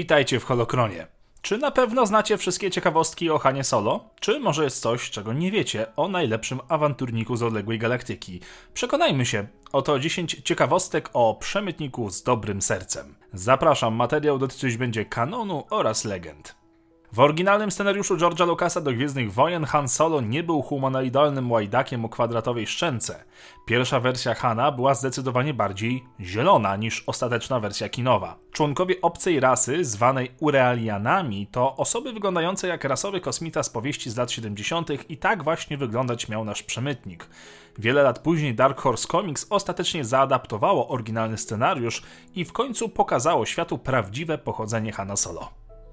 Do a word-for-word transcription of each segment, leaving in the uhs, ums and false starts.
Witajcie w Holokronie. Czy na pewno znacie wszystkie ciekawostki o Hanie Solo? Czy może jest coś, czego nie wiecie o najlepszym awanturniku z odległej galaktyki? Przekonajmy się. Oto dziesięć ciekawostek o przemytniku z dobrym sercem. Zapraszam, materiał dotyczyć będzie kanonu oraz legend. W oryginalnym scenariuszu George'a Lucasa do Gwiezdnych Wojen Han Solo nie był humanoidalnym łajdakiem o kwadratowej szczęce. Pierwsza wersja Hana była zdecydowanie bardziej zielona niż ostateczna wersja kinowa. Członkowie obcej rasy, zwanej Urealianami, to osoby wyglądające jak rasowy kosmita z powieści z lat siedemdziesiątych i tak właśnie wyglądać miał nasz przemytnik. Wiele lat później Dark Horse Comics ostatecznie zaadaptowało oryginalny scenariusz i w końcu pokazało światu prawdziwe pochodzenie Hana Solo.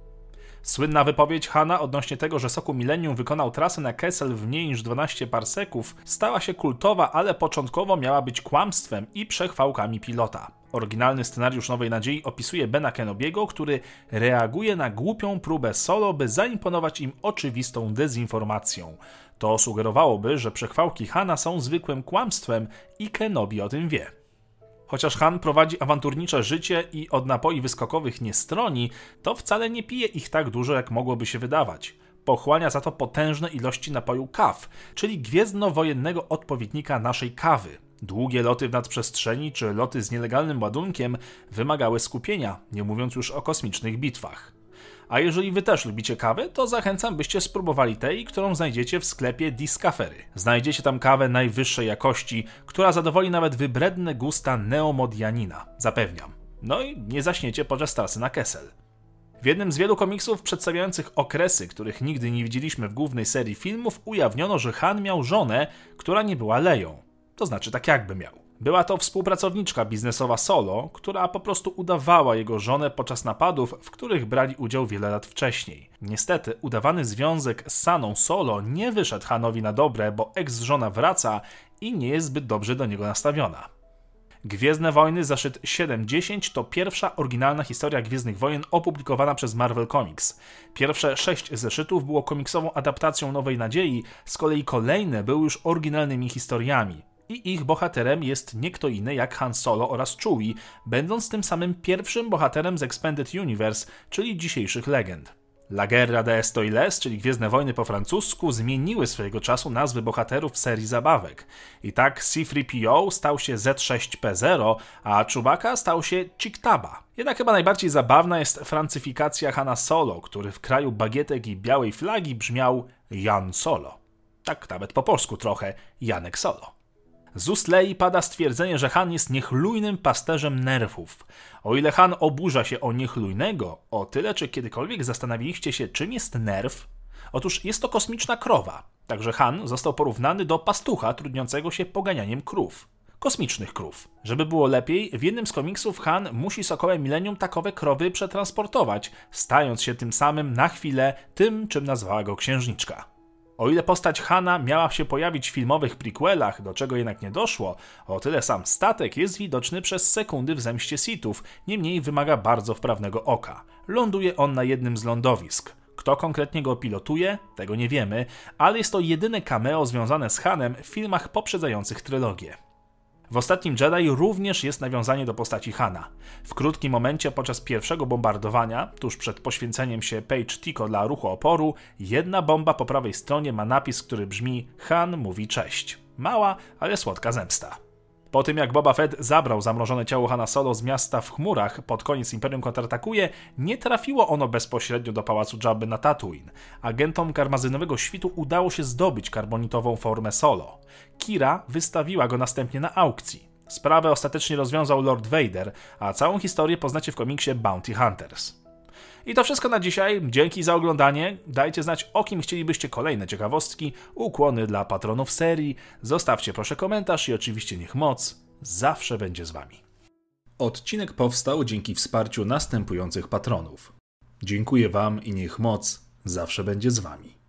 Słynna wypowiedź Hana odnośnie tego, że Soku Millennium wykonał trasę na Kessel w mniej niż dwanaście parseków, stała się kultowa, ale początkowo miała być kłamstwem i przechwałkami pilota. Oryginalny scenariusz Nowej Nadziei opisuje Bena Kenobiego, który reaguje na głupią próbę Solo, by zaimponować im oczywistą dezinformacją. To sugerowałoby, że przechwałki Hana są zwykłym kłamstwem i Kenobi o tym wie. Chociaż Han prowadzi awanturnicze życie i od napoi wyskokowych nie stroni, to wcale nie pije ich tak dużo, jak mogłoby się wydawać. Pochłania za to potężne ilości napoju kaw, czyli gwiezdnowojennego odpowiednika naszej kawy. Długie loty w nadprzestrzeni czy loty z nielegalnym ładunkiem wymagały skupienia, nie mówiąc już o kosmicznych bitwach. A jeżeli wy też lubicie kawę, to zachęcam, byście spróbowali tej, którą znajdziecie w sklepie Discovery. Znajdziecie tam kawę najwyższej jakości, która zadowoli nawet wybredne gusta neomodianina. Zapewniam. No i nie zaśniecie podczas trasy na Kessel. W jednym z wielu komiksów przedstawiających okresy, których nigdy nie widzieliśmy w głównej serii filmów, ujawniono, że Han miał żonę, która nie była Leją. To znaczy tak jakby miał. Była to współpracowniczka biznesowa Solo, która po prostu udawała jego żonę podczas napadów, w których brali udział wiele lat wcześniej. Niestety, udawany związek z Saną Solo nie wyszedł Hanowi na dobre, bo ex-żona wraca i nie jest zbyt dobrze do niego nastawiona. Gwiezdne Wojny zeszyt siedem dziesięć to pierwsza oryginalna historia Gwiezdnych Wojen opublikowana przez Marvel Comics. Pierwsze sześć zeszytów było komiksową adaptacją Nowej Nadziei, z kolei kolejne były już oryginalnymi historiami. I ich bohaterem jest nie kto inny jak Han Solo oraz Chewie, będąc tym samym pierwszym bohaterem z Expanded Universe, czyli dzisiejszych legend. La Guerra de Estoiles, czyli Gwiezdne Wojny po francusku, zmieniły swojego czasu nazwy bohaterów serii zabawek. I tak C trzy P O stał się Z sześć P zero, a Chewbacca stał się Chiktaba. Jednak chyba najbardziej zabawna jest francyfikacja Hana Solo, który w kraju bagietek i białej flagi brzmiał Jan Solo. Tak nawet po polsku trochę, Janek Solo. Z ust Lei pada stwierdzenie, że Han jest niechlujnym pasterzem nerfów. O ile Han oburza się o niechlujnego, o tyle czy kiedykolwiek zastanawialiście się, czym jest nerf? Otóż jest to kosmiczna krowa, także Han został porównany do pastucha trudniącego się poganianiem krów. Kosmicznych krów. Żeby było lepiej, w jednym z komiksów Han musi Sokołem Millennium takowe krowy przetransportować, stając się tym samym na chwilę tym, czym nazwała go księżniczka. O ile postać Hana miała się pojawić w filmowych prequelach, do czego jednak nie doszło, o tyle sam statek jest widoczny przez sekundy w zemście Sithów, niemniej wymaga bardzo wprawnego oka. Ląduje on na jednym z lądowisk. Kto konkretnie go pilotuje, tego nie wiemy, ale jest to jedyne cameo związane z Hanem w filmach poprzedzających trylogię. W Ostatnim Jedi również jest nawiązanie do postaci Hana. W krótkim momencie podczas pierwszego bombardowania, tuż przed poświęceniem się Page Tico dla ruchu oporu, jedna bomba po prawej stronie ma napis, który brzmi Han mówi cześć. Mała, ale słodka zemsta. Po tym jak Boba Fett zabrał zamrożone ciało Hana Solo z miasta w chmurach pod koniec Imperium kontratakuje, nie trafiło ono bezpośrednio do pałacu Jabby na Tatooine. Agentom karmazynowego świtu udało się zdobyć karbonitową formę Solo. Kira wystawiła go następnie na aukcji. Sprawę ostatecznie rozwiązał Lord Vader, a całą historię poznacie w komiksie Bounty Hunters. I to wszystko na dzisiaj. Dzięki za oglądanie. Dajcie znać, o kim chcielibyście kolejne ciekawostki, ukłony dla patronów serii. Zostawcie proszę komentarz i oczywiście niech moc zawsze będzie z wami. Odcinek powstał dzięki wsparciu następujących patronów. Dziękuję wam i niech moc zawsze będzie z wami.